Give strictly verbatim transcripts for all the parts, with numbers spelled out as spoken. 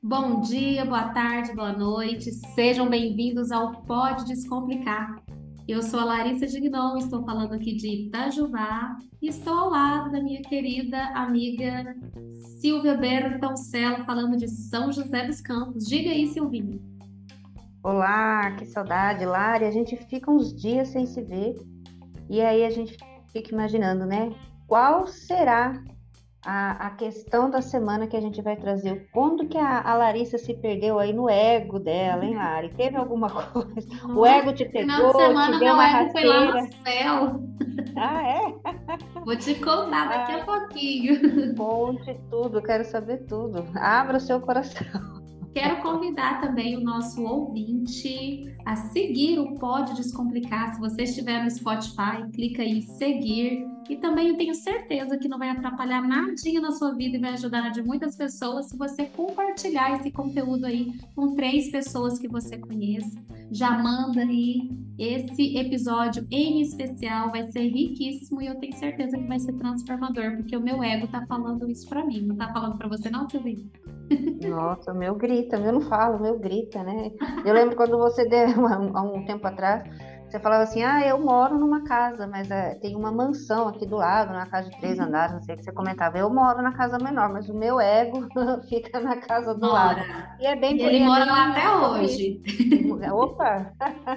Bom dia, boa tarde, boa noite. Sejam bem-vindos ao Pode Descomplicar. Eu sou a Larissa Dignon, estou falando aqui de Itajubá e estou ao lado da minha querida amiga Silvia Bertoncello, falando de São José dos Campos. Diga aí, Silvinha. Olá, que saudade, Lari. A gente fica uns dias sem se ver e aí a gente fica imaginando, né? Qual será a, a questão da semana que a gente vai trazer? Quando que a, a Larissa se perdeu aí no ego dela, hein, Lari? Teve alguma coisa? O Nossa, ego te final de pegou, te semana deu meu uma ego foi lá no rasteira? céu. Ah, é? Vou te contar daqui a Ai, pouquinho. conte tudo, quero saber tudo. Abra o seu coração. Quero convidar também o nosso ouvinte a seguir o Pode Descomplicar. Se você estiver no Spotify, clica aí em seguir. E também eu tenho certeza que não vai atrapalhar nadinha na sua vida e vai ajudar na de muitas pessoas se você compartilhar esse conteúdo aí com três pessoas que você conheça. Já manda aí esse episódio em especial, vai ser riquíssimo e eu tenho certeza que vai ser transformador, porque o meu ego tá falando isso para mim. Não tá falando para você não, Silvia? Nossa, o meu grita, o meu não fala, o meu grita, né? Eu lembro quando você deu há um tempo atrás, você falava assim, ah, eu moro numa casa, mas é, tem uma mansão aqui do lado, uma casa de três andares, não sei o que você comentava. Eu moro na casa menor, mas o meu ego fica na casa do lado. Mora. E é bem, E por- e ele é mora lá bem até sobre isso. hoje. Opa!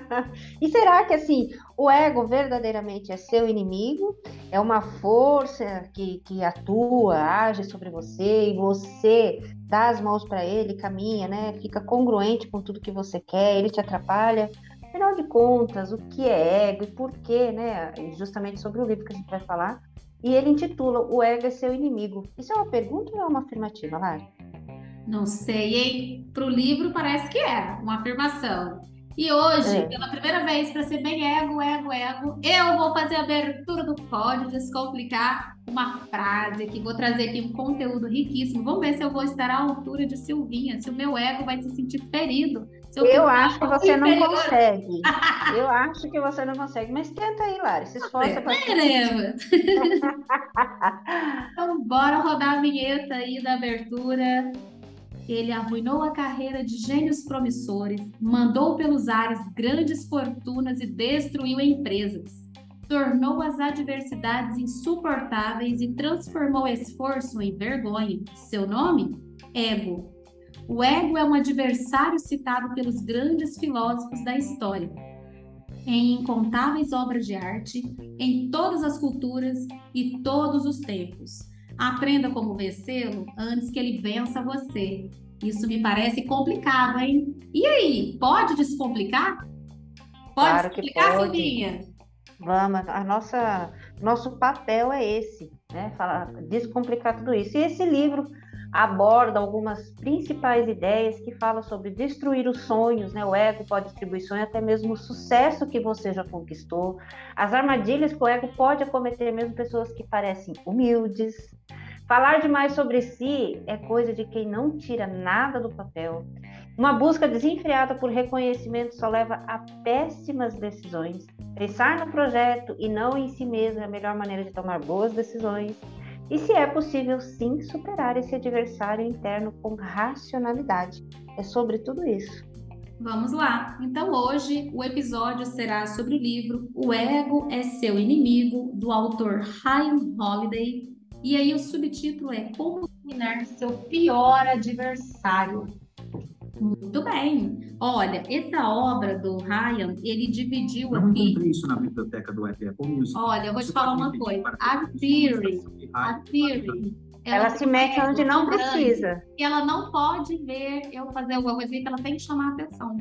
E será que assim, o ego verdadeiramente é seu inimigo? É uma força que, que atua, age sobre você e você dá as mãos para ele, caminha, né? Fica congruente com tudo que você quer, ele te atrapalha. Afinal de contas, o que é ego e por quê, né? Justamente sobre o livro que a gente vai falar. E ele intitula O Ego é Seu Inimigo. Isso é uma pergunta ou é uma afirmativa, Lara? Não sei, hein? Para o livro parece que é uma afirmação. E hoje, É. pela primeira vez, para ser bem ego, ego, ego, eu vou fazer a abertura do Pode Descomplicar uma frase aqui. Vou trazer aqui um conteúdo riquíssimo. Vamos ver se eu vou estar à altura de Silvinha, se o meu ego vai se sentir ferido, se eu Eu ficar acho que algo você não inferior. consegue. Eu acho que você não consegue, mas tenta aí, Lara. Se esforça para ser. Veremos. Então, bora rodar a vinheta aí da abertura. Ele arruinou a carreira de gênios promissores, mandou pelos ares grandes fortunas e destruiu empresas. Tornou as adversidades insuportáveis e transformou esforço em vergonha. Seu nome? Ego. O ego é um adversário citado pelos grandes filósofos da história, em incontáveis obras de arte, em todas as culturas e todos os tempos. Aprenda como vencê-lo antes que ele vença você. Isso me parece complicado, hein? E aí, pode descomplicar? Pode Claro que descomplicar, pode. Silvinha? Vamos, a nossa, nosso papel é esse, né? Falar, descomplicar tudo isso. E esse livro aborda algumas principais ideias que falam sobre destruir os sonhos, né? O ego pode distribuir sonhos, até mesmo o sucesso que você já conquistou, as armadilhas que o ego pode acometer, mesmo pessoas que parecem humildes. Falar demais sobre si é coisa de quem não tira nada do papel. Uma busca desenfreada por reconhecimento só leva a péssimas decisões. Pensar no projeto e não em si mesmo é a melhor maneira de tomar boas decisões. E se é possível, sim, superar esse adversário interno com racionalidade. É sobre tudo isso. Vamos lá. Então, hoje o episódio será sobre o livro O Ego é Seu Inimigo, do autor Ryan Holiday. E aí, o subtítulo é Como Dominar Seu Pior Adversário. Muito bem. Olha, essa obra do Ryan, ele dividiu Não aqui. encontrei isso na biblioteca do Apple Music. Olha, eu vou te Você falar pode uma me pedir coisa. para A pedir Theory, uma de a rádio? Theory, ela Ela tem se um mete ego onde não tão grande precisa. que ela não pode ver eu fazer alguma coisa que ela tem que chamar a atenção.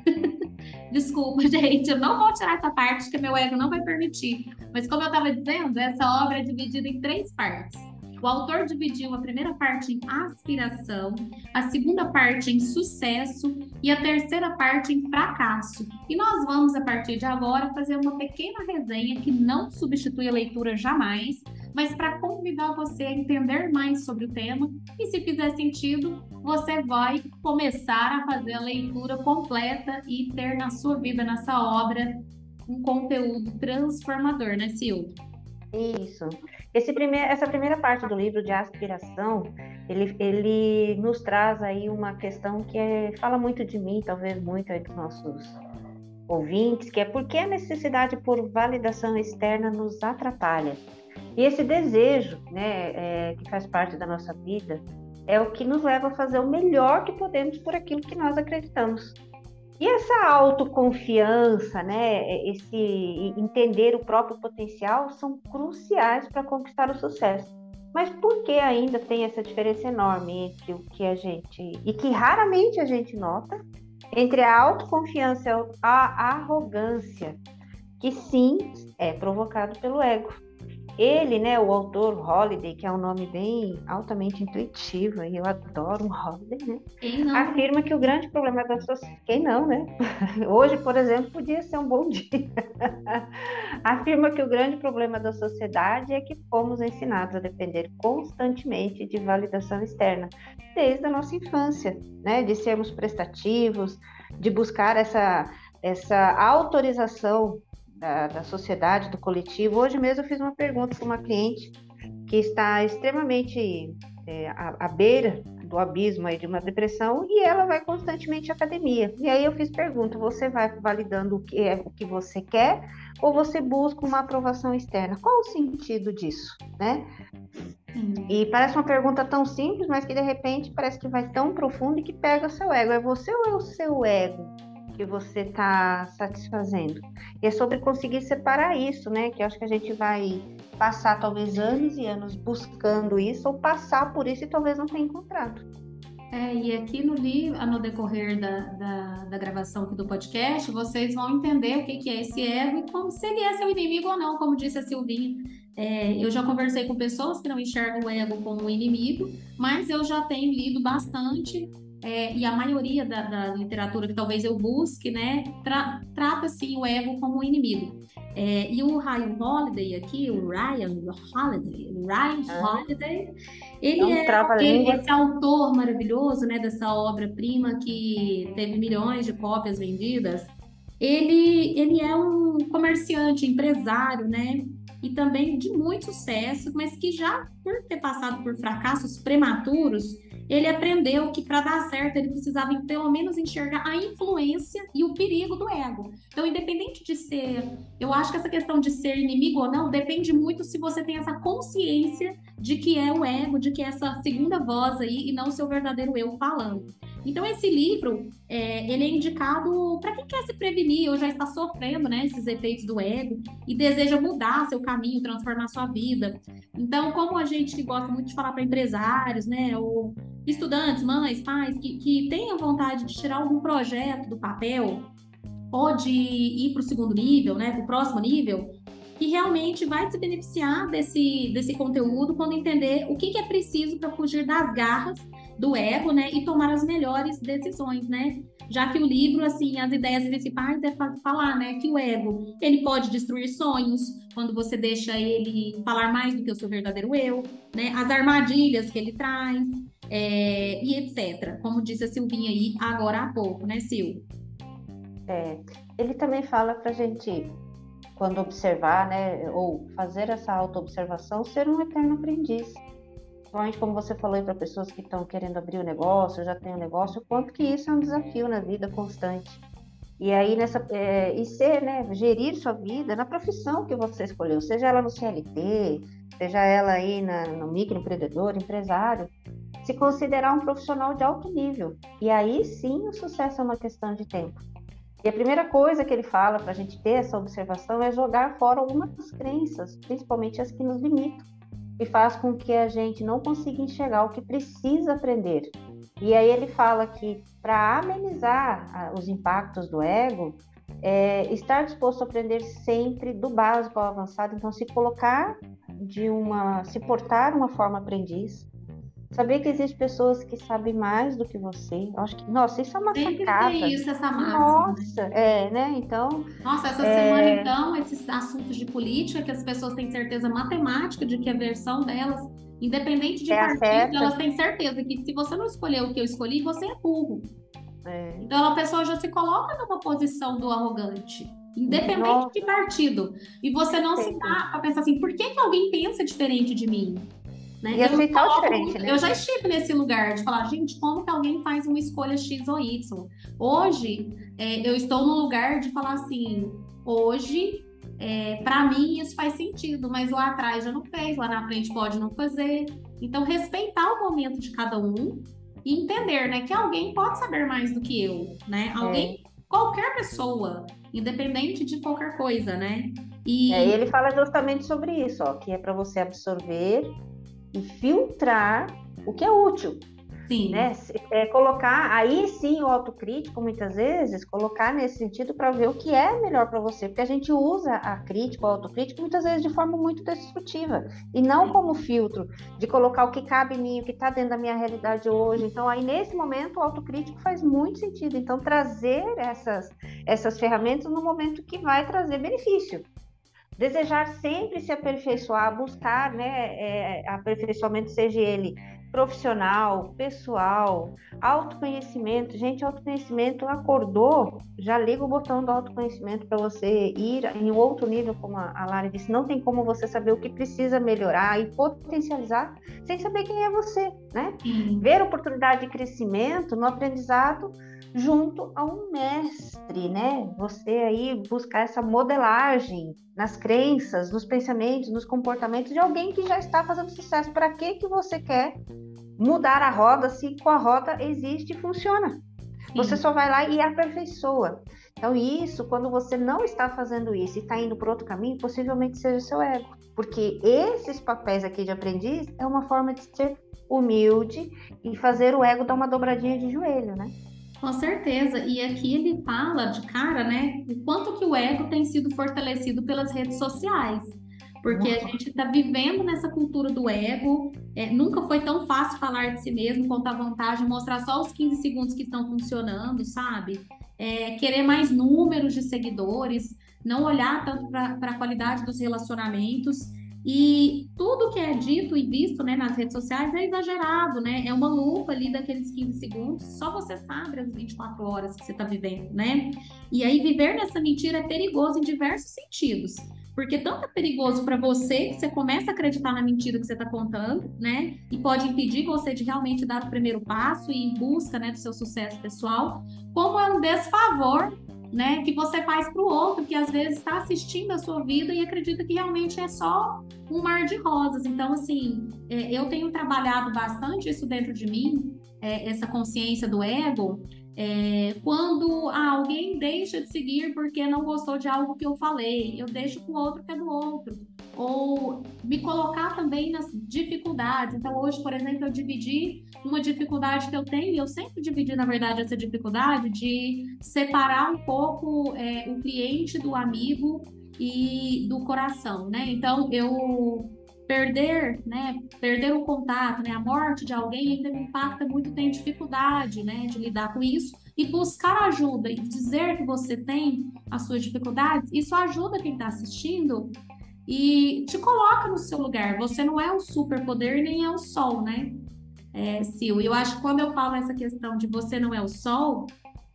Desculpa, gente, eu não vou tirar essa parte que meu ego não vai permitir. Mas como eu estava dizendo, essa obra é dividida em três partes. O autor dividiu a primeira parte em aspiração, a segunda parte em sucesso e a terceira parte em fracasso. E nós vamos, a partir de agora, fazer uma pequena resenha que não substitui a leitura jamais, mas para convidar você a entender mais sobre o tema e, se fizer sentido, você vai começar a fazer a leitura completa e ter na sua vida, nessa obra, um conteúdo transformador, né, Sil? Isso. Esse primeir, essa primeira parte do livro de aspiração, ele, ele nos traz aí uma questão que é, fala muito de mim, talvez muito aí dos nossos ouvintes, que é por que a necessidade por validação externa nos atrapalha. E esse desejo, né, é, que faz parte da nossa vida, é o que nos leva a fazer o melhor que podemos por aquilo que nós acreditamos. E essa autoconfiança, né, esse entender o próprio potencial são cruciais para conquistar o sucesso. Mas por que ainda tem essa diferença enorme entre o que a gente, e que raramente a gente nota, entre a autoconfiança e a arrogância, que sim é provocado pelo ego? Ele, né, o autor Holiday, que é um nome bem altamente intuitivo, e eu adoro um Holiday, né? Quem não? Afirma que o grande problema da sociedade... Quem não, né? Hoje, por exemplo, podia ser um bom dia. Afirma que o grande problema da sociedade é que fomos ensinados a depender constantemente de validação externa, desde a nossa infância, né? De sermos prestativos, de buscar essa, essa autorização Da, da sociedade, do coletivo. Hoje mesmo eu fiz uma pergunta para uma cliente que está extremamente é, à, à beira do abismo aí de uma depressão, e ela vai constantemente à academia. E aí eu fiz pergunta: você vai validando o que é o que você quer, ou você busca uma aprovação externa? Qual o sentido disso, né? Hum. E parece uma pergunta tão simples, mas que de repente parece que vai tão profundo e que pega o seu ego. É você ou é o seu ego que você está satisfazendo? E é sobre conseguir separar isso, né? Que eu acho que a gente vai passar talvez anos e anos buscando isso, ou passar por isso e talvez não tenha encontrado. É, e aqui no livro, no decorrer da, da, da gravação aqui do podcast, vocês vão entender o que, que é esse ego e como se ele é seu inimigo ou não, como disse a Silvinha. É, eu já conversei com pessoas que não enxergam o ego como um inimigo, mas eu já tenho lido bastante. É, e a maioria da, da literatura que talvez eu busque, né, tra, trata sim o ego como um inimigo. É, e o Ryan Holiday aqui, o Ryan Holiday, Ryan ah, Holiday, ele é aquele, esse autor maravilhoso, né, dessa obra-prima que teve milhões de cópias vendidas. Ele, ele é um comerciante, empresário, né, e também de muito sucesso, mas que já por ter passado por fracassos prematuros, ele aprendeu que para dar certo ele precisava pelo menos enxergar a influência e o perigo do ego. Então, independente de ser, eu acho que essa questão de ser inimigo ou não depende muito se você tem essa consciência de que é o ego, de que é essa segunda voz aí e não o seu verdadeiro eu falando. Então, esse livro, é, ele é indicado para quem quer se prevenir ou já está sofrendo, né, esses efeitos do ego e deseja mudar seu caminho, transformar sua vida. Então, como a gente que gosta muito de falar para empresários, né, ou estudantes, mães, pais, que, que tenham vontade de tirar algum projeto do papel ou de ir para o segundo nível, né, para o próximo nível, que realmente vai se beneficiar desse, desse conteúdo quando entender o que, que é preciso para fugir das garras do ego, né, e tomar as melhores decisões, né? Já que o livro, assim, as ideias principais é falar, né, que o ego, ele pode destruir sonhos quando você deixa ele falar mais do que o seu verdadeiro eu, né? As armadilhas que ele traz, é, e etcétera. Como disse a Silvinha aí agora há pouco, né, Sil? É, ele também fala pra gente, quando observar, né, ou fazer essa auto-observação, ser um eterno aprendiz. Principalmente como você falou aí para pessoas que estão querendo abrir o negócio, já tem um negócio, o quanto que isso é um desafio na vida constante. E aí, nessa, é, e ser, né, gerir sua vida na profissão que você escolheu, seja ela no C L T, seja ela aí na, no microempreendedor, empresário, se considerar um profissional de alto nível. E aí sim o sucesso é uma questão de tempo. E a primeira coisa que ele fala para a gente ter essa observação é jogar fora algumas crenças, principalmente as que nos limitam, e faz com que a gente não consiga enxergar o que precisa aprender. E aí ele fala que para amenizar os impactos do ego, é estar disposto a aprender sempre do básico ao avançado, então se colocar de uma, se portar uma forma aprendiz, saber que existem pessoas que sabem mais do que você. Eu acho que, nossa, isso é uma Sempre sacada. tem isso, essa máxima. Nossa, é, né? Então... Nossa, essa é... semana, então, esses assuntos de política, que as pessoas têm certeza matemática de que a versão delas, independente de é partido, certa. elas têm certeza que se você não escolher o que eu escolhi, você é burro. É. Então, a pessoa já se coloca numa posição do arrogante, independente Nossa. de partido. E você não Sei. se dá para pensar assim, por que, que alguém pensa diferente de mim? né? E Eu me aceitar o coloco diferente, muito- né? eu já estive nesse lugar de falar, gente, como que alguém faz uma escolha X ou Y? Hoje, é, eu estou no lugar de falar assim, hoje, é, para mim isso faz sentido, mas lá atrás já não fez, lá na frente pode não fazer. Então, respeitar o momento de cada um e entender, né, que alguém pode saber mais do que eu, né? Alguém, qualquer pessoa, independente de qualquer coisa, né? E É, ele fala justamente sobre isso, ó, que é para você absorver e filtrar o que é útil, sim, né? Se- É, colocar, aí sim o autocrítico, muitas vezes, colocar nesse sentido para ver o que é melhor para você, porque a gente usa a crítica, o autocrítico, muitas vezes de forma muito destrutiva, e não como filtro, de colocar o que cabe em mim, o que está dentro da minha realidade hoje. Então, aí nesse momento, o autocrítico faz muito sentido. Então, trazer essas, essas ferramentas no momento que vai trazer benefício. Desejar sempre se aperfeiçoar, buscar, né, é, aperfeiçoamento, seja ele profissional, pessoal, autoconhecimento. Gente, autoconhecimento acordou, já liga o botão do autoconhecimento para você ir em outro nível, como a Lara disse. Não tem como você saber o que precisa melhorar e potencializar sem saber quem é você, né? sim. Ver oportunidade de crescimento no aprendizado junto a um mestre, né? Você aí buscar essa modelagem nas crenças, nos pensamentos, nos comportamentos de alguém que já está fazendo sucesso. Para que que você quer mudar a roda se com a roda existe e funciona? Você só vai lá e aperfeiçoa. Então isso, quando você não está fazendo isso e está indo por outro caminho, possivelmente seja seu ego. Porque esses papéis aqui de aprendiz é uma forma de ser humilde e fazer o ego dar uma dobradinha de joelho, né? Com certeza, e aqui ele fala de cara, né, o quanto que o ego tem sido fortalecido pelas redes sociais, porque a gente está vivendo nessa cultura do ego, é, nunca foi tão fácil falar de si mesmo, contar vantagem, mostrar só os quinze segundos que estão funcionando, sabe? É, querer mais números de seguidores, não olhar tanto para a qualidade dos relacionamentos. E tudo que é dito e visto, né, nas redes sociais é exagerado, né? É uma lupa ali daqueles quinze segundos, só você sabe as vinte e quatro horas que você está vivendo, né? E aí viver nessa mentira é perigoso em diversos sentidos. Porque tanto é perigoso para você, que você começa a acreditar na mentira que você está contando, né? E pode impedir você de realmente dar o primeiro passo e ir em busca, né, do seu sucesso pessoal, como é um desfavor, né, que você faz para o outro, que às vezes está assistindo a sua vida e acredita que realmente é só um mar de rosas. Então, assim, é, eu tenho trabalhado bastante isso dentro de mim, é, essa consciência do ego, é, quando ah, alguém deixa de seguir porque não gostou de algo que eu falei, eu deixo com o outro que é do outro. Ou me colocar também nas dificuldades. Então, hoje, por exemplo, eu dividi uma dificuldade que eu tenho, e eu sempre dividi, na verdade, essa dificuldade de separar um pouco é, o cliente do amigo e do coração, né? Então, eu perder, né, perder o contato, né, a morte de alguém ainda me impacta muito, tenho dificuldade, né, de lidar com isso, e buscar ajuda e dizer que você tem as suas dificuldades, isso ajuda quem está assistindo e te coloca no seu lugar. Você não é o superpoder nem é o sol, né, é, Sil? E eu acho que quando eu falo essa questão de você não é o sol,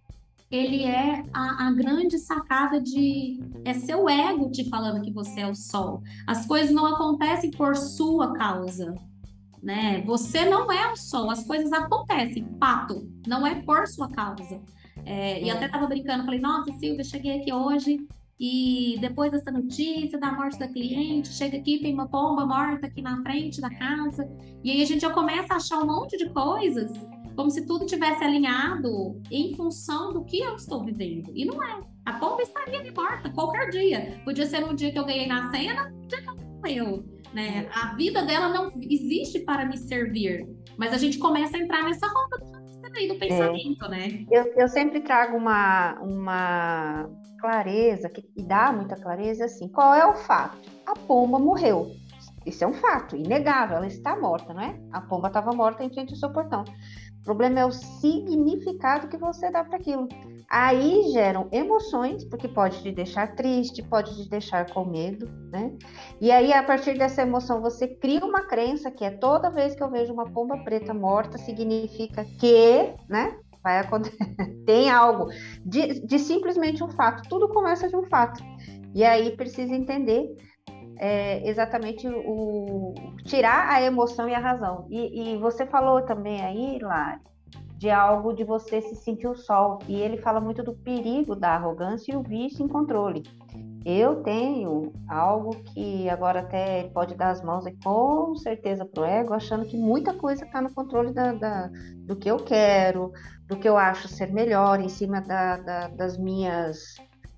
ele é a, a grande sacada de... É seu ego te falando que você é o sol. As coisas não acontecem por sua causa, né? Você não é o sol, as coisas acontecem, fato, não é por sua causa. É, e até tava brincando, falei, nossa, Silvia, cheguei aqui hoje e depois dessa notícia da morte da cliente, chega aqui, tem uma pomba morta aqui na frente da casa, e aí a gente já começa a achar um monte de coisas como se tudo tivesse alinhado em função do que eu estou vivendo. E não é. A pomba estaria ali morta qualquer dia. Podia ser no dia que eu ganhei na cena, no dia que ela morreu, né? A vida dela não existe para me servir. Mas a gente começa a entrar nessa roda do pensamento, é. né? Eu, eu sempre trago uma, uma clareza, que e dá muita clareza, assim, qual é o fato? A pomba morreu. Isso é um fato, inegável, ela está morta, não é? A pomba estava morta em frente ao seu portão. O problema é o significado que você dá para aquilo. Aí geram emoções, porque pode te deixar triste, pode te deixar com medo, né? E aí, a partir dessa emoção, você cria uma crença que é toda vez que eu vejo uma pomba preta morta, significa que, né? Vai acontecer, tem algo de, de simplesmente um fato. Tudo começa de um fato. E aí precisa entender é exatamente o tirar a emoção e a razão. E, e você falou também aí, Lari, de algo de você se sentir o sol. E ele fala muito do perigo da arrogância e o vício em controle. Eu tenho algo que agora até pode dar as mãos, e com certeza para o ego, achando que muita coisa está no controle da, da, do que eu quero, do que eu acho ser melhor, em cima da, da, das minhas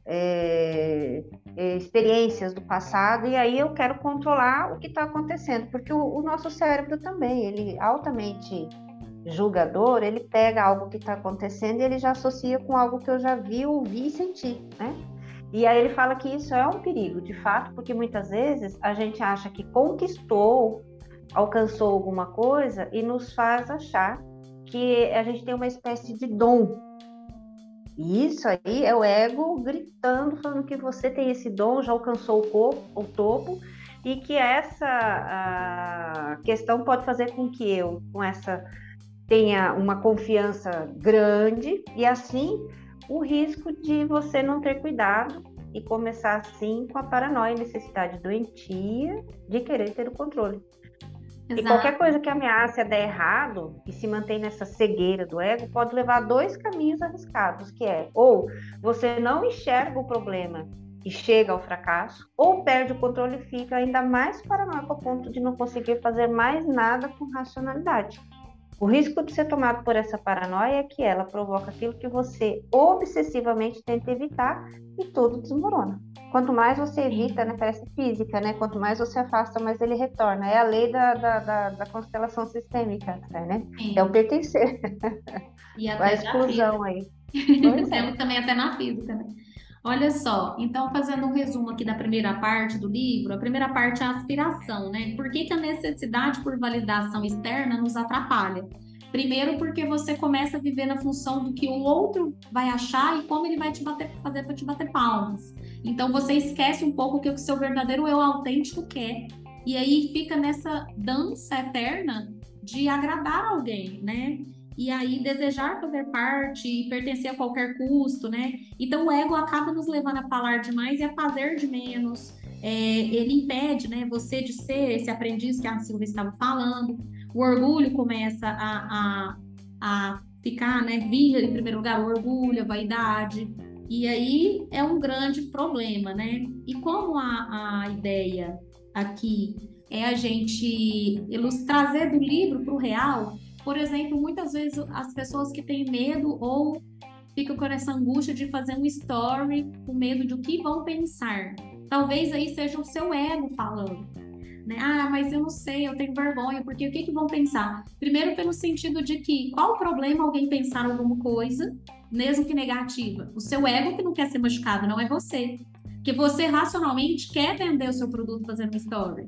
é, experiências do passado, e aí eu quero controlar o que está acontecendo, porque o, o nosso cérebro também, ele altamente julgador, ele pega algo que está acontecendo e ele já associa com algo que eu já vi, ouvi e senti, né? E aí ele fala que isso é um perigo, de fato, porque muitas vezes a gente acha que conquistou, alcançou alguma coisa e nos faz achar que a gente tem uma espécie de dom. E isso aí é o ego gritando, falando que você tem esse dom, já alcançou o, corpo, o topo, e que essa a questão pode fazer com que eu, com essa, tenha uma confiança grande, e assim o risco de você não ter cuidado e começar assim com a paranoia e necessidade doentia de querer ter o controle. Exato. E qualquer coisa que ameace a dar errado e se mantém nessa cegueira do ego pode levar a dois caminhos arriscados, que é ou você não enxerga o problema e chega ao fracasso, ou perde o controle e fica ainda mais paranoico ao ponto de não conseguir fazer mais nada com racionalidade. O risco de ser tomado por essa paranoia é que ela provoca aquilo que você obsessivamente tenta evitar e tudo desmorona. Quanto mais você evita, né, parece física, né? Quanto mais você afasta, mais ele retorna. É a lei da, da, da, da constelação sistêmica, né? Sim. É o pertencer. E até a exclusão aí. Temos é. também até na física, né? Olha só, então fazendo um resumo aqui da primeira parte do livro, a primeira parte é a aspiração, né? Por que que a necessidade por validação externa nos atrapalha? Primeiro porque você começa a viver na função do que o outro vai achar e como ele vai te bater, fazer para te bater palmas. Então você esquece um pouco o que o seu verdadeiro eu autêntico quer. E aí fica nessa dança eterna de agradar alguém, né? E aí desejar fazer parte e pertencer a qualquer custo, né? Então o ego acaba nos levando a falar demais e a fazer de menos. É, ele impede, né, você de ser esse aprendiz que a Silvia estava falando. O orgulho começa a, a, a ficar, né, vir em primeiro lugar o orgulho, a vaidade. E aí é um grande problema, né? E como a, a ideia aqui é a gente trazer do livro para o real. Por exemplo, muitas vezes as pessoas que têm medo ou ficam com essa angústia de fazer um story com medo de o que vão pensar. Talvez aí seja o seu ego falando, né? Ah, mas eu não sei, eu tenho vergonha, porque o que, que vão pensar? Primeiro pelo sentido de que qual o problema alguém pensar alguma coisa, mesmo que negativa? O seu ego que não quer ser machucado, não é você. Porque você racionalmente quer vender o seu produto fazendo um story.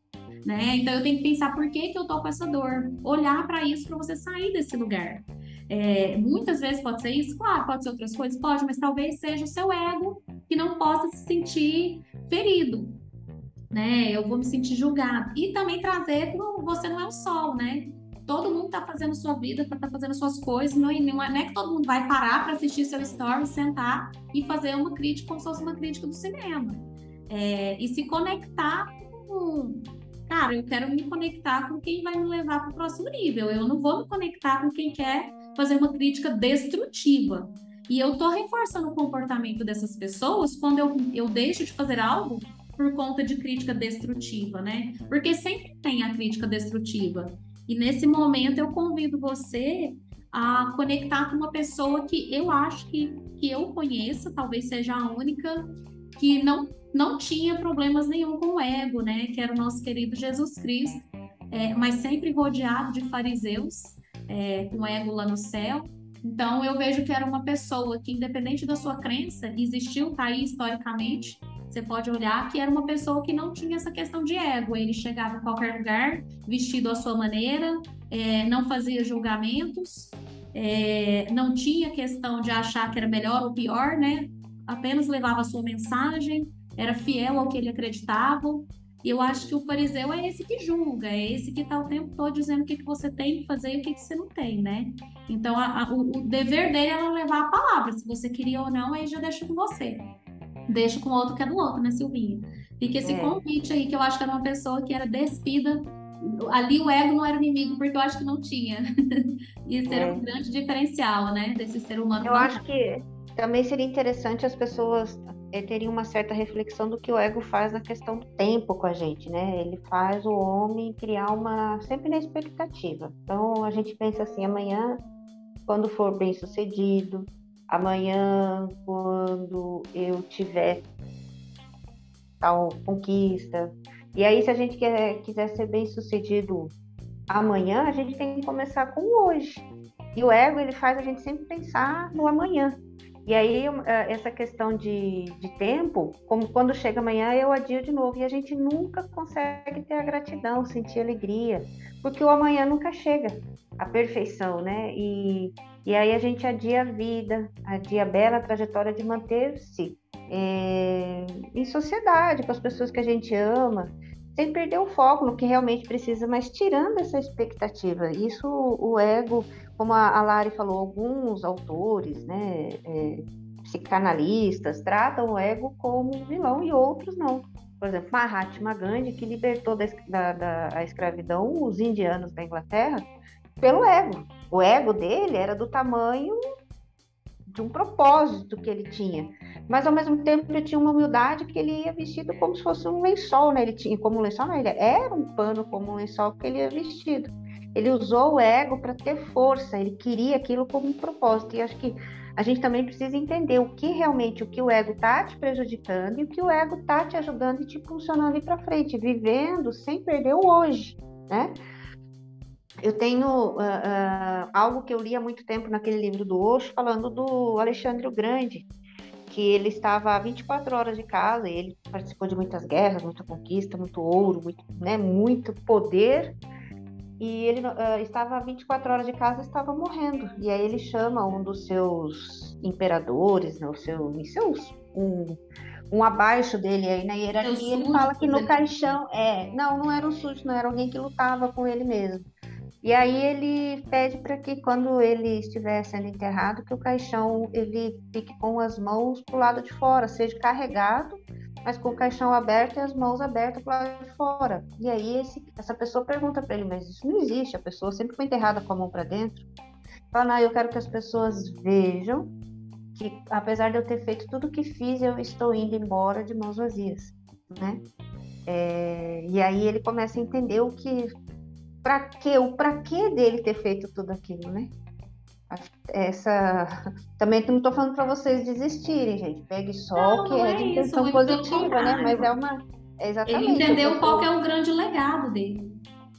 Né? Então eu tenho que pensar por que, que eu tô com essa dor, olhar para isso para você sair desse lugar. É, muitas vezes pode ser isso, claro, pode ser outras coisas, pode, mas talvez seja o seu ego que não possa se sentir ferido, né? Eu vou me sentir julgado. E também trazer pro você não é o sol, né? Todo mundo tá fazendo sua vida, tá, tá fazendo suas coisas, não, não, é, não é que todo mundo vai parar para assistir seu story, sentar e fazer uma crítica como se fosse uma crítica do cinema. É, e se conectar com... Cara, eu quero me conectar com quem vai me levar para o próximo nível. Eu não vou me conectar com quem quer fazer uma crítica destrutiva. E eu estou reforçando o comportamento dessas pessoas quando eu, eu deixo de fazer algo por conta de crítica destrutiva, né? Porque sempre tem a crítica destrutiva. E nesse momento eu convido você a conectar com uma pessoa que eu acho que, que eu conheça, talvez seja a única, que não não tinha problemas nenhum com o ego, né? Que era o nosso querido Jesus Cristo, é, mas sempre rodeado de fariseus, é, com ego lá no céu. Então, eu vejo que era uma pessoa que, independente da sua crença, existiu, tá aí historicamente, você pode olhar que era uma pessoa que não tinha essa questão de ego. Ele chegava em qualquer lugar, vestido à sua maneira, é, não fazia julgamentos, é, não tinha questão de achar que era melhor ou pior, né? Apenas levava a sua mensagem, era fiel ao que ele acreditava. E eu acho que o fariseu é esse que julga, é esse que está o tempo todo dizendo o que, que você tem que fazer e o que, que você não tem, né? Então, a, a, o, o dever dele era levar a palavra. Se você queria ou não, aí já deixa com você. deixa com o outro que é do outro, né, Silvinha? Fica esse É, convite aí, que eu acho que era uma pessoa que era despida. Ali o ego não era inimigo, porque eu acho que não tinha. Isso era um é. grande diferencial, né, desse ser humano Eu acho fantástico. que também seria interessante as pessoas eh, terem uma certa reflexão do que o ego faz na questão do tempo com a gente, né? Ele faz o homem criar uma, sempre na expectativa. Então a gente pensa assim, amanhã, quando for bem sucedido, amanhã, quando eu tiver tal conquista. E aí, se a gente quer, quiser ser bem sucedido amanhã, a gente tem que começar com o hoje. E o ego, ele faz a gente sempre pensar no amanhã. E aí, essa questão de, de tempo, como quando chega amanhã, eu adio de novo. E a gente nunca consegue ter a gratidão, sentir alegria, porque o amanhã nunca chega, a perfeição, né? E, e aí a gente adia a vida, adia a bela trajetória de manter-se é, em sociedade, com as pessoas que a gente ama, sem perder o foco no que realmente precisa, mas tirando essa expectativa. Isso, o ego, como a Lari falou, alguns autores, né, é, psicanalistas, tratam o ego como um vilão e outros não. Por exemplo, Mahatma Gandhi, que libertou da, da, da escravidão os indianos da Inglaterra pelo ego. O ego dele era do tamanho de um propósito que ele tinha, mas ao mesmo tempo ele tinha uma humildade que ele ia vestido como se fosse um lençol, né? Ele tinha como um lençol, não, ele era um pano como um lençol que ele ia vestido. Ele usou o ego para ter força, ele queria aquilo como um propósito. E acho que a gente também precisa entender o que realmente o que o ego está te prejudicando e o que o ego está te ajudando e te funcionando ir para frente, vivendo sem perder o hoje, né? Eu tenho uh, uh, algo que eu li há muito tempo naquele livro do Osho, falando do Alexandre o Grande, que ele estava a vinte e quatro horas de casa, e ele participou de muitas guerras, muita conquista, muito ouro, muito, né, muito poder, e ele uh, estava a vinte e quatro horas de casa e estava morrendo. E aí ele chama um dos seus imperadores, né, o seu, seus, um, um abaixo dele aí na hierarquia, ele fala que no caixão, é, não, não era um súdito, não era alguém que lutava com ele mesmo. E aí ele pede para que quando ele estiver sendo enterrado, que o caixão ele fique com as mãos para o lado de fora, seja carregado, mas com o caixão aberto e as mãos abertas para o lado de fora. E aí esse, essa pessoa pergunta para ele, mas isso não existe, a pessoa sempre foi enterrada com a mão para dentro. Fala, não, eu quero que as pessoas vejam que apesar de eu ter feito tudo o que fiz, eu estou indo embora de mãos vazias, né? É, e aí ele começa a entender o que para que o para que dele ter feito tudo aquilo, né? Essa também não estou falando para vocês desistirem, gente. Pegue só Não, o que não é é de isso, intenção muito pelo positiva, né? Mas é contrário. uma é Ele exatamente eu entendeu qual que tô... é o grande legado dele.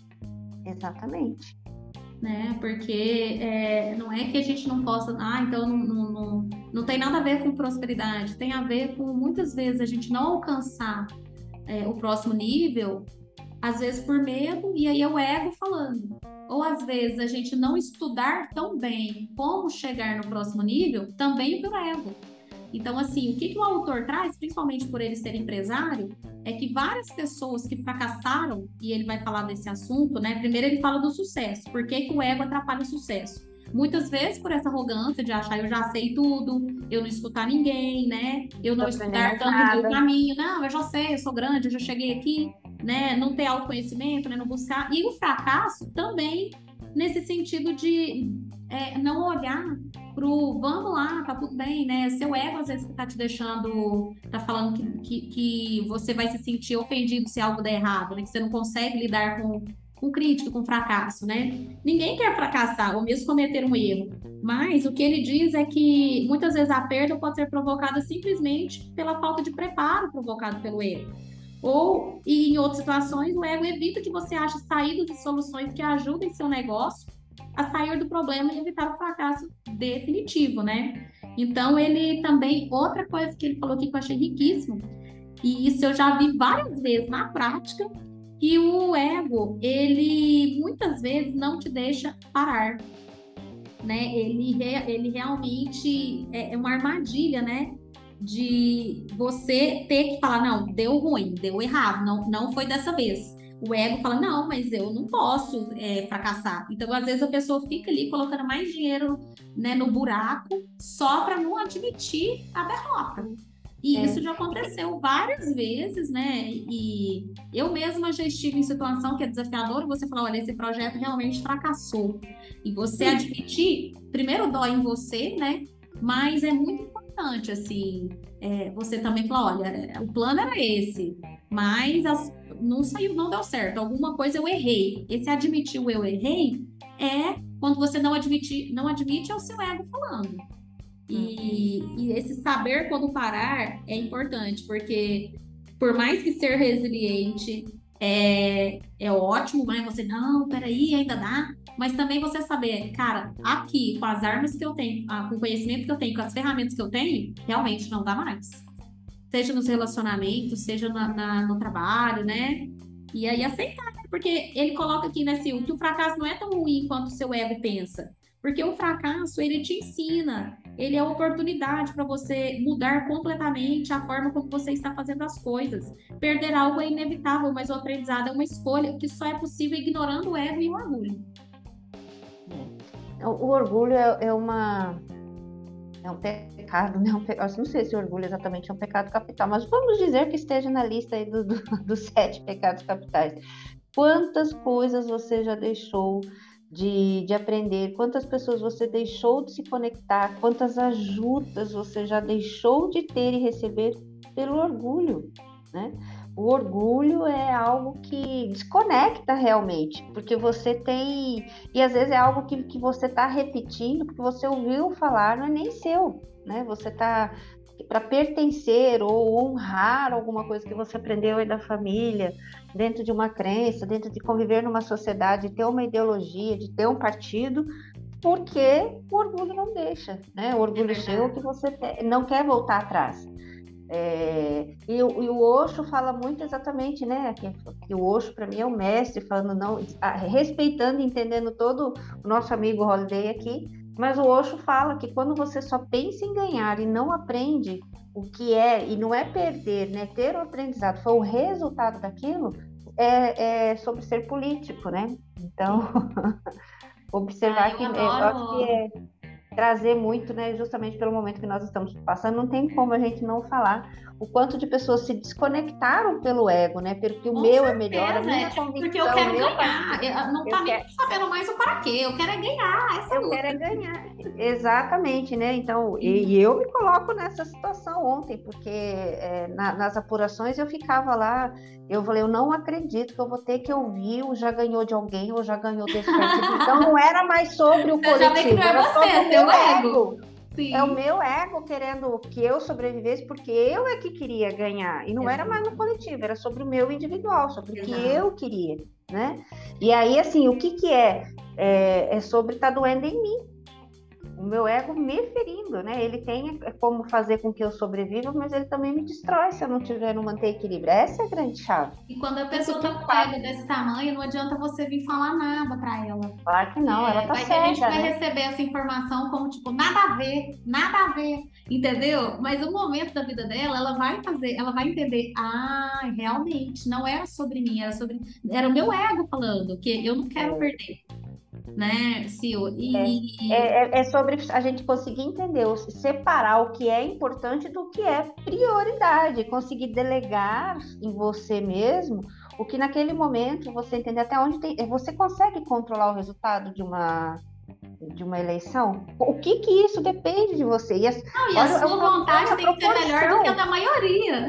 Exatamente. Né? Porque é, não é que a gente não possa, ah, então não, não, não, não tem nada a ver com prosperidade, tem a ver com muitas vezes a gente não alcançar é, o próximo nível, às vezes por medo, e aí é o ego falando. Ou às vezes a gente não estudar tão bem como chegar no próximo nível, também pelo ego. Então, assim, o que, que o autor traz, principalmente por ele ser empresário, é que várias pessoas que fracassaram, e ele vai falar desse assunto, né? Primeiro ele fala do sucesso. Por que, que o ego atrapalha o sucesso? Muitas vezes por essa arrogância de achar eu já sei tudo, eu não escutar ninguém, né? Eu não estudar tanto o meu caminho. Não, eu já sei, eu sou grande, eu já cheguei aqui, né? Não ter autoconhecimento, né? Não buscar. E o fracasso também nesse sentido de é, não olhar pro vamos lá, tá tudo bem, né? Seu ego às vezes tá te deixando, tá falando que, que, que você vai se sentir ofendido se algo der errado, né? Que você não consegue lidar com, com crítica, com fracasso, né? Ninguém quer fracassar ou mesmo cometer um erro, mas o que ele diz é que muitas vezes a perda pode ser provocada simplesmente pela falta de preparo provocado pelo erro. Ou, e em outras situações, o ego evita que você ache saídas e soluções que ajudem seu negócio a sair do problema e evitar o fracasso definitivo, né? Então, ele também, outra coisa que ele falou aqui que eu achei riquíssimo, e isso eu já vi várias vezes na prática, que o ego, ele muitas vezes não te deixa parar, né? Ele, ele realmente é uma armadilha, né? De você ter que falar, não, deu ruim, deu errado, não, não foi dessa vez. O ego fala, não, mas eu não posso é, fracassar. Então, às vezes, a pessoa fica ali colocando mais dinheiro, né, no buraco só para não admitir a derrota. E É. isso já aconteceu várias vezes, né? E eu mesma já estive em situação que é desafiadora, você falar, olha, esse projeto realmente fracassou. E você admitir, primeiro dói em você, né? Mas é muito importante, assim, é, você também falar, olha, o plano era esse, mas as- não saiu, não deu certo. Alguma coisa eu errei. Esse admitir o eu errei é quando você não admite, não admite é o seu ego falando. E, e esse saber quando parar é importante, porque por mais que ser resiliente é, é ótimo, mas você, não, peraí, ainda dá. Mas também você saber, cara, aqui, com as armas que eu tenho, ah, com o conhecimento que eu tenho, com as ferramentas que eu tenho, realmente não dá mais. Seja nos relacionamentos, seja na, na- no trabalho, né? E aí aceitar, né? Porque ele coloca aqui, né, Sil, que o fracasso não é tão ruim quanto o seu ego pensa. Porque o fracasso, ele te ensina, ele é oportunidade para você mudar completamente a forma como você está fazendo as coisas. Perder algo é inevitável, mas o aprendizado é uma escolha que só é possível ignorando o ego e o orgulho. O, o orgulho é, é uma é um pecado, né? Um pe... Eu não sei se o orgulho exatamente é um pecado capital, mas vamos dizer que esteja na lista aí do, do, dos sete pecados capitais. Quantas coisas você já deixou de, de aprender? Quantas pessoas você deixou de se conectar? Quantas ajudas você já deixou de ter e receber pelo orgulho, né? O orgulho é algo que desconecta realmente, porque você tem... E às vezes é algo que, que você está repetindo, porque você ouviu falar, não é nem seu, né? Você está... Para pertencer ou honrar alguma coisa que você aprendeu aí da família, dentro de uma crença, dentro de conviver numa sociedade, de ter uma ideologia, de ter um partido, porque o orgulho não deixa, né? O orgulho seu que você te... não quer voltar atrás. É, e, o, e o Osho fala muito exatamente, né? Que, que o Osho para mim é o mestre, falando não, respeitando e entendendo todo o nosso amigo Holiday aqui, mas o Osho fala que quando você só pensa em ganhar e não aprende o que é, e não é perder, né? Ter o aprendizado, foi o resultado daquilo, é, é sobre ser político, né? Então, observar Ah, que eu é, eu acho que adoro. é trazer muito, né, justamente pelo momento que nós estamos passando, não tem como a gente não falar o quanto de pessoas se desconectaram pelo ego, né, porque o Com meu é melhor, a certeza, é minha tipo, porque eu convicção, o quero meu ganhar. partido, Eu não eu tá quero, nem sabendo mais o para quê. Eu quero é ganhar essa eu quero é luta. ganhar, exatamente, né, então, e, e eu me coloco nessa situação ontem, porque é, na, nas apurações eu ficava lá, eu falei, eu não acredito que eu vou ter que ouvir o já ganhou de alguém, ou já ganhou desse partido, então não era mais sobre o Você já vê que não coletivo, é era você, sobre é o seu meu ego. ego. É o Sim. meu ego querendo que eu sobrevivesse, porque eu é que queria ganhar. E não era mais no coletivo, era sobre o meu individual, sobre o que Exato. eu queria, né? E aí, assim, o que que é? É, é sobre estar doendo em mim. O meu ego me ferindo, né? Ele tem como fazer com que eu sobreviva, mas ele também me destrói se eu não tiver, não manter equilíbrio. Essa é a grande chave. E quando a Isso pessoa que tá com o faz. ego desse tamanho, não adianta você vir falar nada para ela. Claro que não, ela É, tá vai ter gente que cega, vai né? receber essa informação como, tipo, nada a ver, nada a ver, entendeu? Mas o momento da vida dela, ela vai fazer, ela vai entender, ah, realmente, não era sobre mim, era sobre, era o meu ego falando, que eu não quero É. perder, né, Sil? É, E, é, é sobre a gente conseguir entender, separar o que é importante do que é prioridade, conseguir delegar em você mesmo o que naquele momento você entender até onde tem, você consegue controlar o resultado de uma de uma eleição. O que que isso depende de você? E as, não, e a olha, sua eu falo, vontade olha a tem que ser melhor do que a proporção. da maioria.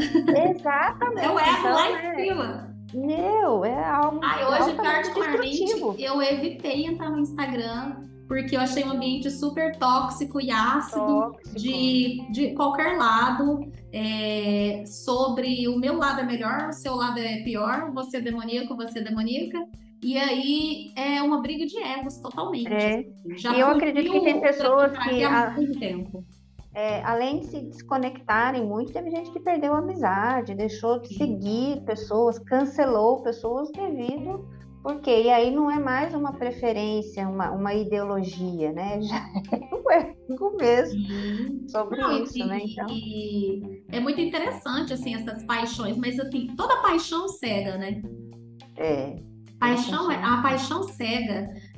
É o Exatamente. ego lá Então, em é, cima. meu, é algo Ai, hoje, altamente particularmente, destrutivo. eu evitei entrar no Instagram porque eu achei um ambiente super tóxico e ácido Tóxico. de, de qualquer lado. É, sobre o meu lado é melhor, o seu lado é pior, você é demoníaco, você é demoníaca. E aí é uma briga de egos totalmente. É. Assim. Já E eu fui acredito que tem mil pessoas pra aqui que, há a, muito tempo. é, além de se desconectarem muito, teve gente que perdeu a amizade, deixou de seguir pessoas, cancelou pessoas devido... Porque e aí não é mais uma preferência, uma, uma ideologia, né? Já é o ego mesmo Sim. sobre Não, isso, e, né? Então, e é muito interessante, assim, essas paixões, mas, assim, toda paixão cega, né? é. Paixão, é- a paixão cega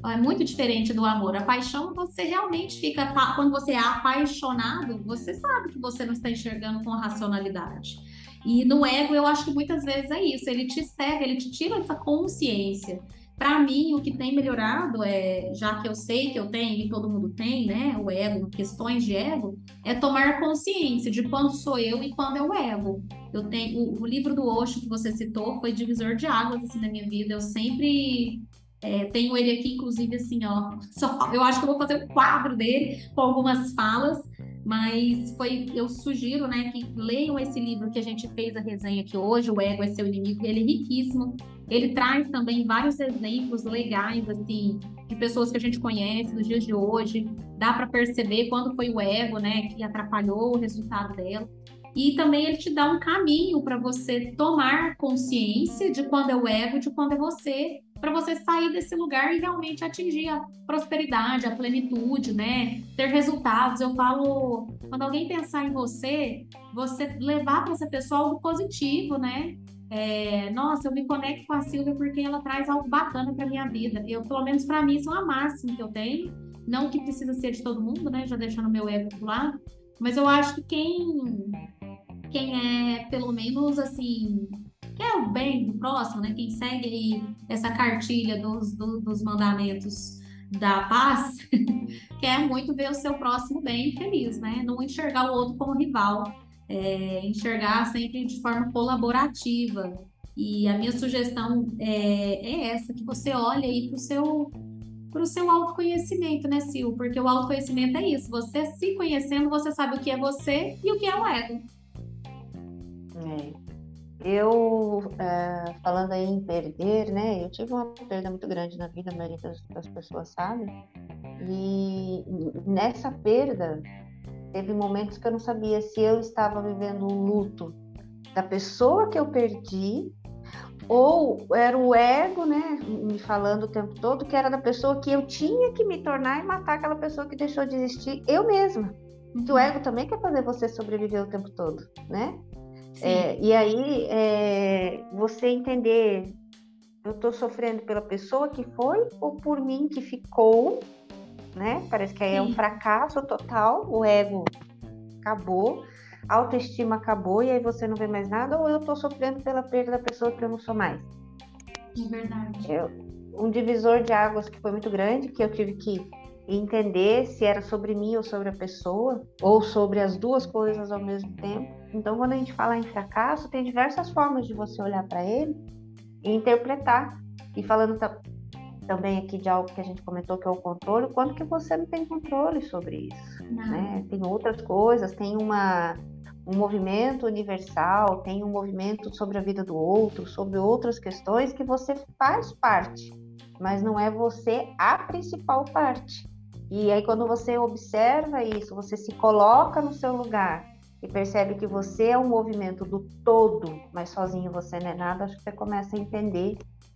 É muito diferente do amor. A paixão, você realmente fica, apa- quando você é apaixonado, você sabe que você não está enxergando com racionalidade. E no ego, eu acho que muitas vezes é isso, ele te cega, ele te tira essa consciência. Para mim, o que tem melhorado é, já que eu sei que eu tenho e todo mundo tem, né, o ego, questões de ego, é tomar consciência de quando sou eu e quando é o ego. Eu tenho o, o livro do Osho que você citou foi divisor de águas assim na minha vida. Eu sempre é, tenho ele aqui, inclusive, assim, ó. Só, eu acho que eu vou fazer um quadro dele com algumas falas, mas foi, eu sugiro, né, que leiam esse livro que a gente fez a resenha aqui hoje, O Ego é Seu Inimigo. Ele é riquíssimo. Ele traz também vários exemplos legais, assim, de pessoas que a gente conhece nos dias de hoje. Dá para perceber quando foi o ego, né, que atrapalhou o resultado dela. E também ele te dá um caminho para você tomar consciência de quando é o ego, de quando é você, para você sair desse lugar e realmente atingir a prosperidade, a plenitude, né? Ter resultados. Eu falo, quando alguém pensar em você, você levar para essa pessoa algo positivo, né? É, nossa, eu me conecto com a Silvia porque ela traz algo bacana para minha vida. Eu, pelo menos para mim, isso é uma máxima que eu tenho. Não que precisa ser de todo mundo, né? Já deixando meu ego do lado. Mas eu acho que quem quem é, pelo menos, assim, quer o bem do próximo, né? Quem segue aí essa cartilha dos, do- dos mandamentos da paz, quer muito ver o seu próximo bem e feliz, né? Não enxergar o outro como rival, é, enxergar sempre de forma colaborativa. E a minha sugestão é, é essa, que você olhe aí para o seu, para o seu autoconhecimento, né, Sil? Porque o autoconhecimento é isso, você se conhecendo, você sabe o que é você e o que é o ego. É. Eu, é, falando aí em perder, né? Eu tive uma perda muito grande na vida, a maioria das, das pessoas sabe. E nessa perda, teve momentos que eu não sabia se eu estava vivendo o luto da pessoa que eu perdi, ou era o ego, né, me falando o tempo todo que era da pessoa que eu tinha que me tornar e matar aquela pessoa que deixou de existir, eu mesma. Que o ego também quer fazer você sobreviver o tempo todo, né? É, e aí, é, você entender, eu estou sofrendo pela pessoa que foi ou por mim que ficou, né? Parece que aí é um Sim. fracasso total, o ego acabou, a autoestima acabou e aí você não vê mais nada, ou eu estou sofrendo pela perda da pessoa que eu não sou mais. É verdade. Eu, um divisor de águas que foi muito grande, que eu tive que entender se era sobre mim ou sobre a pessoa, ou sobre as duas coisas ao mesmo tempo. Então, quando a gente fala em fracasso, tem diversas formas de você olhar para ele e interpretar. E falando ta- também aqui de algo que a gente comentou, que é o controle, quando que você não tem controle sobre isso, Não. né? Tem outras coisas, tem uma, um movimento universal, tem um movimento sobre a vida do outro, sobre outras questões que você faz parte, mas não é você a principal parte. E aí, quando você observa isso, você se coloca no seu lugar e percebe que você é um movimento do todo, mas sozinho você não é nada, acho que você começa a entender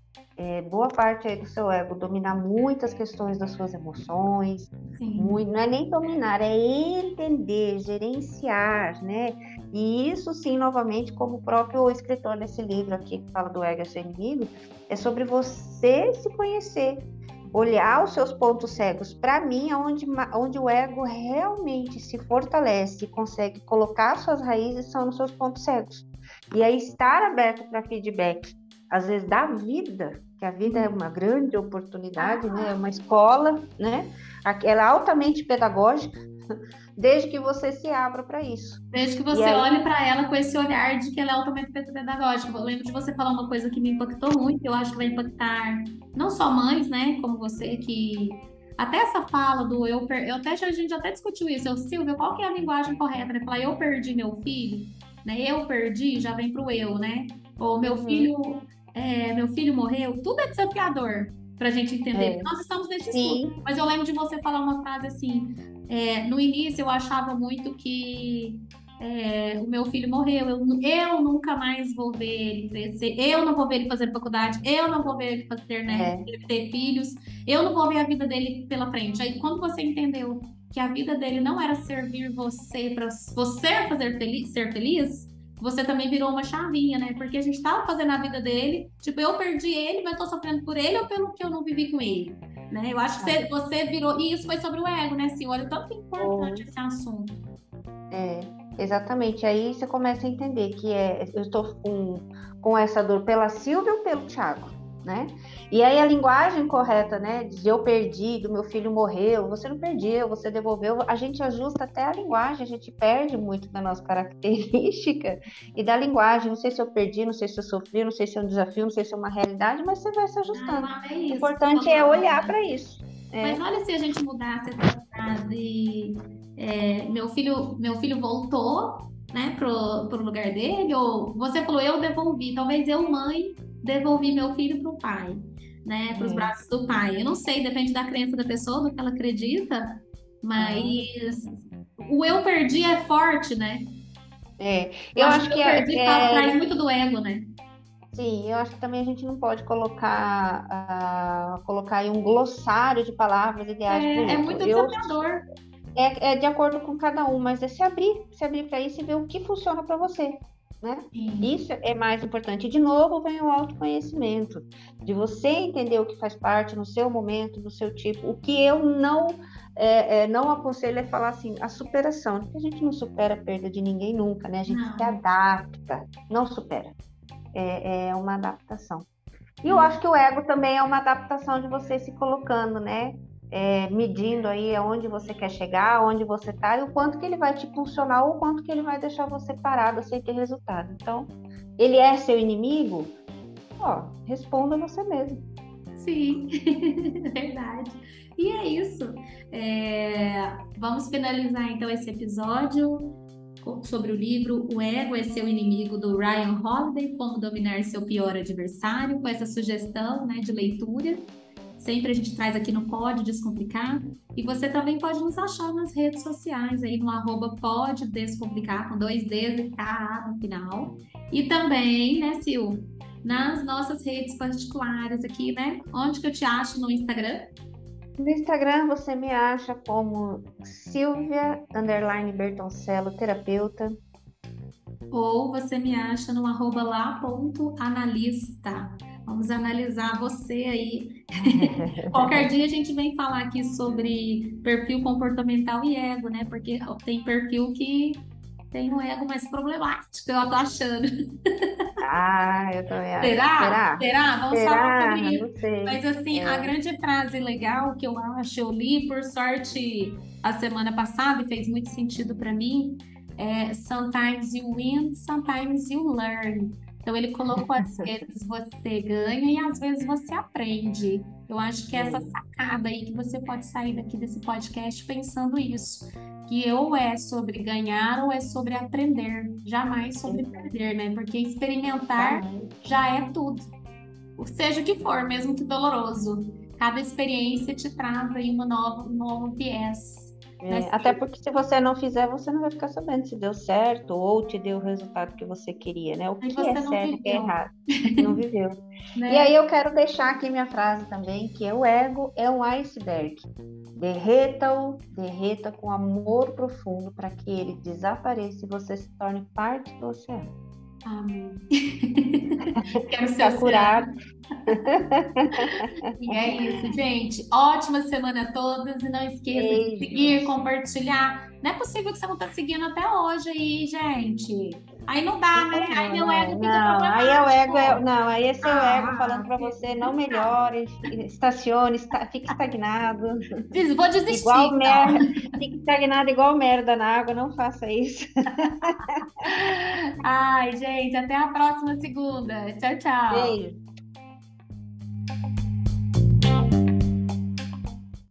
é, boa parte aí do seu ego, dominar muitas questões das suas emoções, Sim. muito, não é nem dominar, é entender, gerenciar, né? E isso sim, novamente, como o próprio escritor desse livro aqui, que fala do ego é seu inimigo, é sobre você se conhecer, olhar os seus pontos cegos. Para mim, onde, onde o ego realmente se fortalece e consegue colocar suas raízes são nos seus pontos cegos. E aí estar aberto para feedback, às vezes da vida, que a vida é uma grande oportunidade, né? É uma escola, né? Ela é altamente pedagógica, desde que você se abra para isso. Desde que você aí... olhe para ela com esse olhar de que ela é altamente pedagógica. Eu lembro de você falar uma coisa que me impactou muito, eu acho que vai impactar não só mães, né, como você, que até essa fala do eu, per... eu até, a gente até discutiu isso, eu, Silvia, qual que é a linguagem correta, né? Falar eu perdi meu filho, né? Eu perdi, já vem pro eu, né? Ou meu Uhum. filho, é, meu filho morreu, tudo é desafiador pra gente entender. É. Nós estamos nesse Sim. estudo. Mas eu lembro de você falar uma frase assim, é, no início eu achava muito que é, o meu filho morreu, eu, eu nunca mais vou ver ele crescer, eu não vou ver ele fazer faculdade, eu não vou ver ele fazer, né, É. ele ter filhos, eu não vou ver a vida dele pela frente. Aí quando você entendeu que a vida dele não era servir você para você fazer feliz, ser feliz, você também virou uma chavinha, né? Porque a gente tava fazendo a vida dele, tipo, eu perdi ele, mas tô sofrendo por ele ou pelo que eu não vivi com ele. né? Eu acho que você, você virou... E isso foi sobre o ego, né, Sil? Olha, tanto importante esse assunto. É, exatamente. Aí você começa a entender que é, eu estou com, com essa dor pela Silvia ou pelo Thiago, né? E aí a linguagem correta, né? De eu perdi, do meu filho morreu, você não perdeu, você devolveu. A gente ajusta até a linguagem, a gente perde muito da nossa característica e da linguagem. Não sei se eu perdi, não sei se eu sofri, não sei se é um desafio, não sei se é uma realidade, mas você vai se ajustando. Ah, é O isso. importante é olhar para isso. É. Mas olha se a gente mudasse essa frase, é, meu filho, meu filho voltou, né, pro, pro lugar dele, ou você falou, eu devolvi, talvez eu, mãe, devolvi meu filho pro pai, né, pros É. braços do pai. Eu não sei, depende da crença da pessoa, do que ela acredita, mas o eu perdi é forte, né? É. Eu, Eu acho acho que que eu é, perdi é, traz muito do ego, né? sim, eu acho que também a gente não pode colocar, ah, colocar aí um glossário de palavras ideais para o É, é outro. muito Eu, desafiador. é, é de acordo com cada um, mas é se abrir, se abrir para isso e ver o que funciona para você, né? Sim. Isso é mais importante. De novo, vem o autoconhecimento, de você entender o que faz parte no seu momento, no seu tipo. O que eu não, é, é, não aconselho é falar assim, a superação, porque a gente não supera a perda de ninguém nunca, né? A gente Não. se adapta, não supera. É, é uma adaptação. E eu acho que o ego também é uma adaptação de você se colocando, né? É, medindo aí aonde você quer chegar, onde você está e o quanto que ele vai te impulsionar ou o quanto que ele vai deixar você parado sem ter resultado. Então, ele é seu inimigo? Ó, responda você mesmo. Sim, verdade. E é isso. É, vamos finalizar então esse episódio sobre o livro O Ego é Seu Inimigo, do Ryan Holiday, Como Dominar Seu Pior Adversário, com essa sugestão, né, de leitura. Sempre a gente traz aqui no Pode Descomplicar. E você também pode nos achar nas redes sociais, aí no arroba Pode Descomplicar, com dois Ds e K A no final. E também, né, Sil, nas nossas redes particulares aqui, né? Onde que eu te acho no Instagram? No Instagram você me acha como Silvia underline Bertoncello, terapeuta. Ou você me acha no arroba lá ponto analista. Vamos analisar você aí. Qualquer dia a gente vem falar aqui sobre perfil comportamental e ego, né? Porque tem perfil que tem um ego mais problemático, eu tô achando. Ah, eu também acho. Será? Será? Será? Vamos Será? falar sobre isso. Não sei. Mas assim, É. a grande frase legal que eu acho, eu li por sorte a semana passada e fez muito sentido para mim, é sometimes you win, sometimes you learn. Então ele colocou às vezes você ganha e às vezes você aprende. Eu acho que é essa sacada aí que você pode sair daqui desse podcast pensando isso. Que ou é sobre ganhar ou é sobre aprender, jamais sobre perder, né? Porque experimentar já é tudo. Seja o que for, mesmo que doloroso. Cada experiência te traz aí uma nova, um novo viés. É, até porque se você não fizer, você não vai ficar sabendo se deu certo ou te deu o resultado que você queria, né? O que é certo, o que é errado. Não viveu. Né? E aí eu quero deixar aqui minha frase também, que é o ego é um iceberg. Derreta-o, derreta com amor profundo para que ele desapareça e você se torne parte do oceano. Amém. Quero ser Tá curado. E é isso, gente. Ótima semana a todos. E não esqueça Beijos. de seguir, compartilhar. Não é possível que você não tá seguindo até hoje aí, gente. Aí não dá, né? Aí meu ego fica não, aí é o ego, é, não, aí é seu ah, ego falando para você, não melhore, estacione, está, fique estagnado. Vou desistir. Igual merda, fique estagnado igual merda na água, não faça isso. Ai, gente, até a próxima segunda. Tchau, tchau. Beijo.